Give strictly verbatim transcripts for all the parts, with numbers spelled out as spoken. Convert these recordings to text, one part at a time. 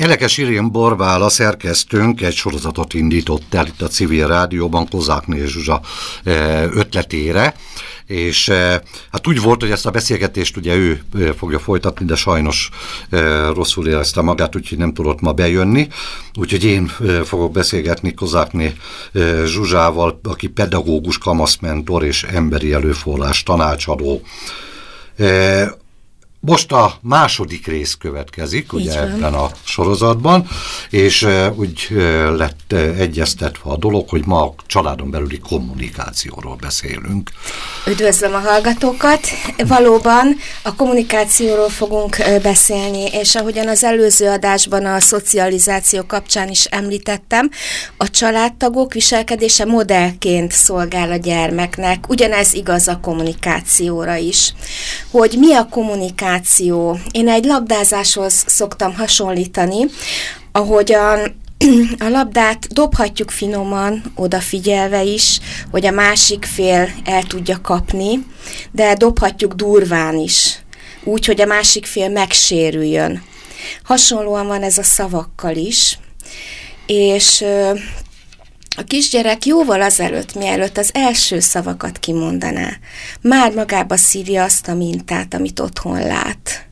Kelekes Irén Borbála szerkesztőnk egy sorozatot indított el itt a Civil Rádióban Kozákné Zsuzsa ötletére, és hát úgy volt, hogy ezt a beszélgetést ugye ő fogja folytatni, de sajnos rosszul érezte magát, úgyhogy nem tudott ma bejönni, úgyhogy én fogok beszélgetni Kozákné Zsuzsával, aki pedagógus, kamaszmentor és emberi előforrás tanácsadó. Most a második rész következik, ugye ebben a sorozatban, és uh, úgy uh, lett uh, egyeztetve a dolog, hogy ma a családon belüli kommunikációról beszélünk. Üdvözlöm a hallgatókat! Valóban a kommunikációról fogunk uh, beszélni, és ahogyan az előző adásban a szocializáció kapcsán is említettem, a családtagok viselkedése modellként szolgál a gyermeknek. Ugyanez igaz a kommunikációra is. Hogy mi a kommunikáció? Én egy labdázáshoz szoktam hasonlítani, ahogyan a labdát dobhatjuk finoman, odafigyelve is, hogy a másik fél el tudja kapni, de dobhatjuk durván is, úgy, hogy a másik fél megsérüljön. Hasonlóan van ez a szavakkal is, és a kisgyerek jóval azelőtt, mielőtt az első szavakat kimondaná, már magába szívja azt a mintát, amit otthon lát.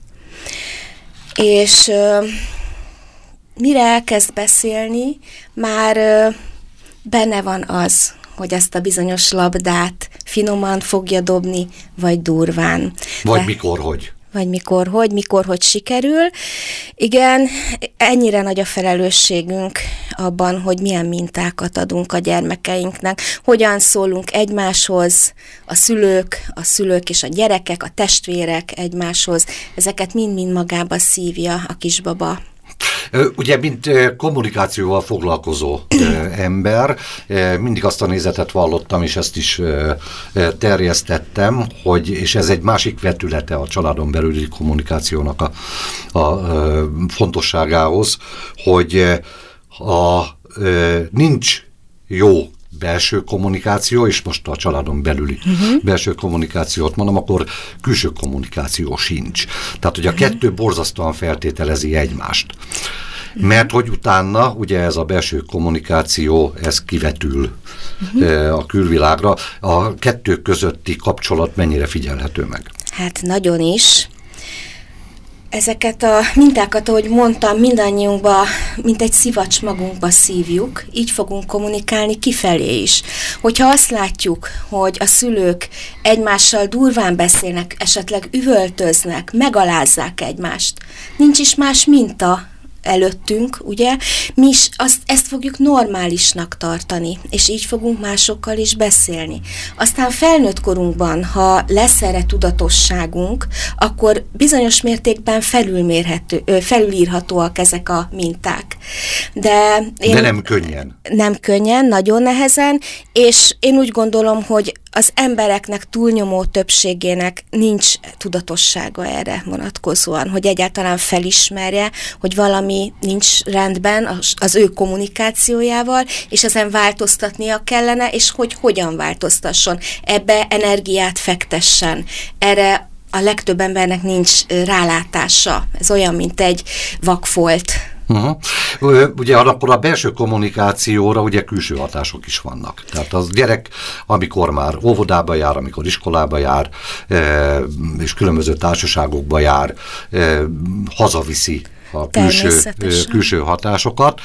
És uh, mire elkezd beszélni, már uh, benne az az, hogy ezt a bizonyos labdát finoman fogja dobni, vagy durván. Vagy De, mikor, hogy. Vagy mikor, hogy, mikor, hogy sikerül. Igen, ennyire nagy a felelősségünk abban, hogy milyen mintákat adunk a gyermekeinknek, hogyan szólunk egymáshoz, a szülők, a szülők és a gyerekek, a testvérek egymáshoz. Ezeket mind-mind magába szívja a kisbaba. Ugye, mint kommunikációval foglalkozó ember, mindig azt a nézetet vallottam, és ezt is terjesztettem, hogy, és ez egy másik vetülete a családon belüli kommunikációnak a, a fontosságához, hogy a, nincs jó belső kommunikáció, és most a családon belüli uh-huh. belső kommunikációt mondom, akkor külső kommunikáció sincs. Tehát, hogy a uh-huh. kettő borzasztóan feltételezi egymást. Uh-huh. Mert hogy utána, ugye ez a belső kommunikáció, ez kivetül uh-huh. a külvilágra. A kettő közötti kapcsolat mennyire figyelhető meg? Hát nagyon is. Ezeket a mintákat, ahogy mondtam, mindannyiunkba, mint egy szivacs magunkba szívjuk, így fogunk kommunikálni kifelé is. Hogyha azt látjuk, hogy a szülők egymással durván beszélnek, esetleg üvöltöznek, megalázzák egymást, nincs is más minta előttünk, ugye, mi is azt, ezt fogjuk normálisnak tartani, és így fogunk másokkal is beszélni. Aztán felnőtt korunkban, ha lesz erre tudatosságunk, akkor bizonyos mértékben felülmérhető, felülírhatóak ezek a minták. De, én, De nem könnyen. Nem könnyen, nagyon nehezen, és én úgy gondolom, hogy az embereknek túlnyomó többségének nincs tudatossága erre vonatkozóan, hogy egyáltalán felismerje, hogy valami nincs rendben az, az ő kommunikációjával, és ezen változtatnia kellene, és hogy hogyan változtasson. Ebbe energiát fektessen. Erre a legtöbb embernek nincs rálátása. Ez olyan, mint egy vakfolt. Uh-huh. Ugye akkor a belső kommunikációra ugye külső hatások is vannak. Tehát az gyerek, amikor már óvodába jár, amikor iskolába jár, és különböző társaságokba jár, hazaviszi a külső, külső hatásokat,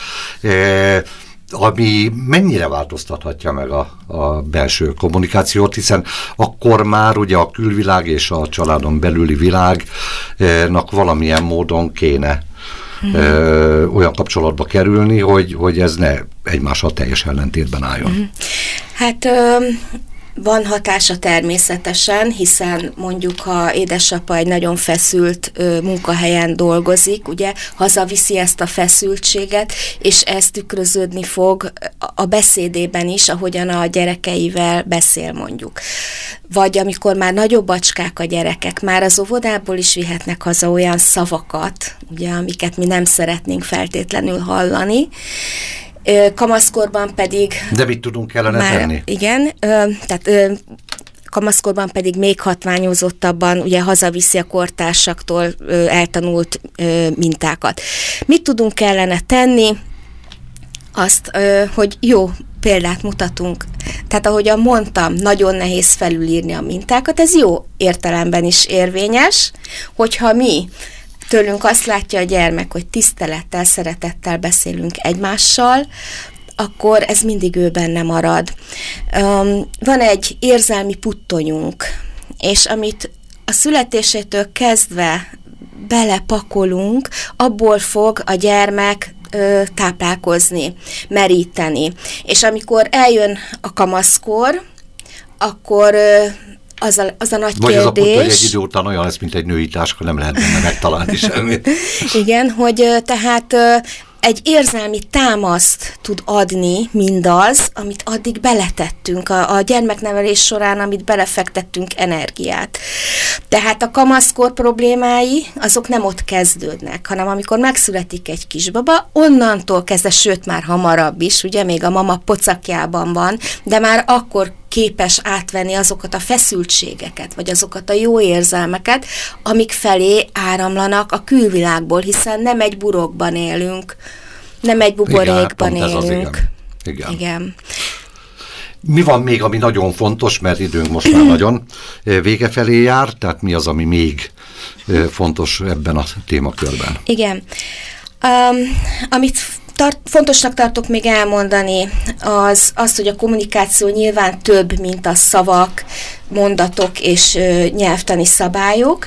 ami mennyire változtathatja meg a, a belső kommunikációt, hiszen akkor már ugye a külvilág és a családon belüli világnak valamilyen módon kéne Mm. Ö, olyan kapcsolatba kerülni, hogy, hogy ez ne egymással teljes ellentétben álljon. Mm. Hát ö, van hatása természetesen, hiszen mondjuk, ha édesapa egy nagyon feszült ö, munkahelyen dolgozik, ugye, hazaviszi ezt a feszültséget, és ez tükröződni fog a beszédében is, ahogyan a gyerekeivel beszél mondjuk. Vagy amikor már nagyobb bacskák a gyerekek, már az óvodából is vihetnek haza olyan szavakat, ugye, amiket mi nem szeretnénk feltétlenül hallani. Kamaszkorban pedig... De mit tudunk kellene már, tenni? Igen, ö, tehát ö, kamaszkorban pedig még hatványozottabban ugye hazaviszi a kortársaktól ö, eltanult ö, mintákat. Mit tudunk kellene tenni? Azt, ö, hogy jó példát mutatunk. Tehát ahogyan mondtam, nagyon nehéz felülírni a mintákat, ez jó értelemben is érvényes, hogyha mi tőlünk azt látja a gyermek, hogy tisztelettel, szeretettel beszélünk egymással, akkor ez mindig ő benne marad. Um, van egy érzelmi puttonyunk, és amit a születésétől kezdve belepakolunk, abból fog a gyermek ö, táplálkozni, meríteni. És amikor eljön a kamaszkor, akkor ö, az, a, az a nagy Vagy kérdés... Vagy az a puttony egy idő után olyan lesz, mint egy női táska, nem lehet benne megtalálni semmit. Igen, hogy ö, tehát... Ö, egy érzelmi támaszt tud adni mindaz, amit addig beletettünk a, a gyermeknevelés során, amit belefektettünk energiát. Tehát a kamaszkor problémái, azok nem ott kezdődnek, hanem amikor megszületik egy kisbaba, onnantól kezdve, sőt már hamarabb is, ugye még a mama pocakjában van, de már akkor képes átvenni azokat a feszültségeket, vagy azokat a jó érzelmeket, amik felé áramlanak a külvilágból, hiszen nem egy burokban élünk, nem egy buborékban igen, élünk. Igen. Igen. Igen. Mi van még, ami nagyon fontos, mert időnk most már nagyon vége felé jár, tehát mi az, ami még fontos ebben a témakörben? Igen. Um, amit Tart, fontosnak tartok még elmondani, az, az, hogy a kommunikáció nyilván több, mint a szavak, mondatok és ö, nyelvtani szabályok.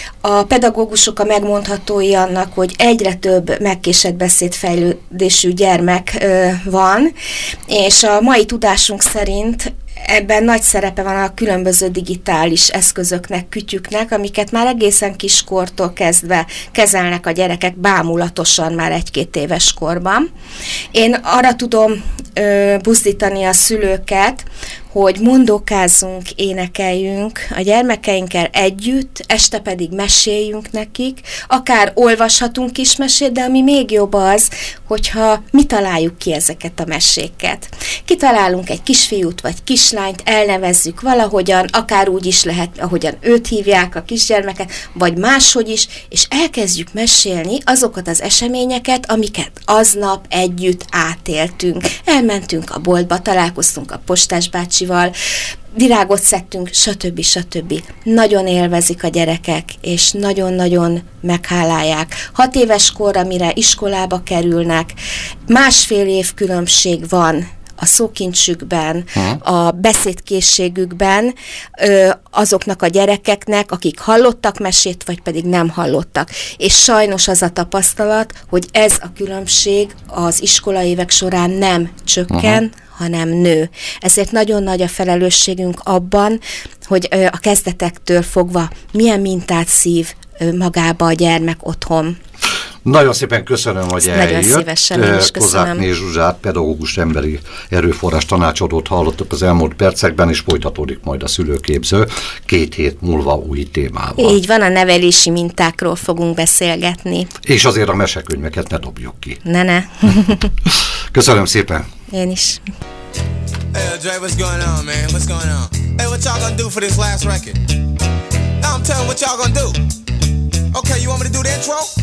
A pedagógusok a megmondhatói annak, hogy egyre több megkésett beszédfejlődésű gyermek ö, van, és a mai tudásunk szerint ebben nagy szerepe van a különböző digitális eszközöknek, kütyüknek, amiket már egészen kiskortól kezdve kezelnek a gyerekek bámulatosan már egy-két éves korban. Én arra tudom ö, buzdítani a szülőket, hogy mondókázzunk, énekeljünk a gyermekeinkkel együtt, este pedig meséljünk nekik, akár olvashatunk is mesét, de ami még jobb az, hogyha mi találjuk ki ezeket a meséket. Kitalálunk egy kisfiút vagy kislányt, elnevezzük valahogyan, akár úgy is lehet, ahogyan őt hívják, a kisgyermeket, vagy máshogy is, és elkezdjük mesélni azokat az eseményeket, amiket aznap együtt átéltünk. Elmentünk a boltba, találkoztunk a postás bácsival, virágot szedtünk, stb. stb. Nagyon élvezik a gyerekek, és nagyon-nagyon meghálálják. Hat éves korra, mire iskolába kerülnek, másfél év különbség van a szókincsükben, a beszédkészségükben ö, azoknak a gyerekeknek, akik hallottak mesét, vagy pedig nem hallottak. És sajnos az a tapasztalat, hogy ez a különbség az iskolaévek során nem csökken, aha, hanem nő. Ezért nagyon nagy a felelősségünk abban, hogy ö, a kezdetektől fogva milyen mintát szív ö, magába a gyermek otthon. Nagyon szépen köszönöm, hogy ezt eljött. Nagyon szívesen, én is köszönöm. Kozákné Zsuzsát, pedagógus emberi erőforrás tanácsadót hallottuk az elmúlt percekben, és folytatódik majd a szülőképző két hét múlva új témával. Így van, a nevelési mintákról fogunk beszélgetni. És azért a mesekönyveket ne dobjuk ki. Ne, ne. Köszönöm szépen. Én is. Hey, Dre, what's going on, man? What's going on? Hey, what y'all gonna do for this last record? Now I'm telling what y'all gonna do. Okay, you want me to do the intro?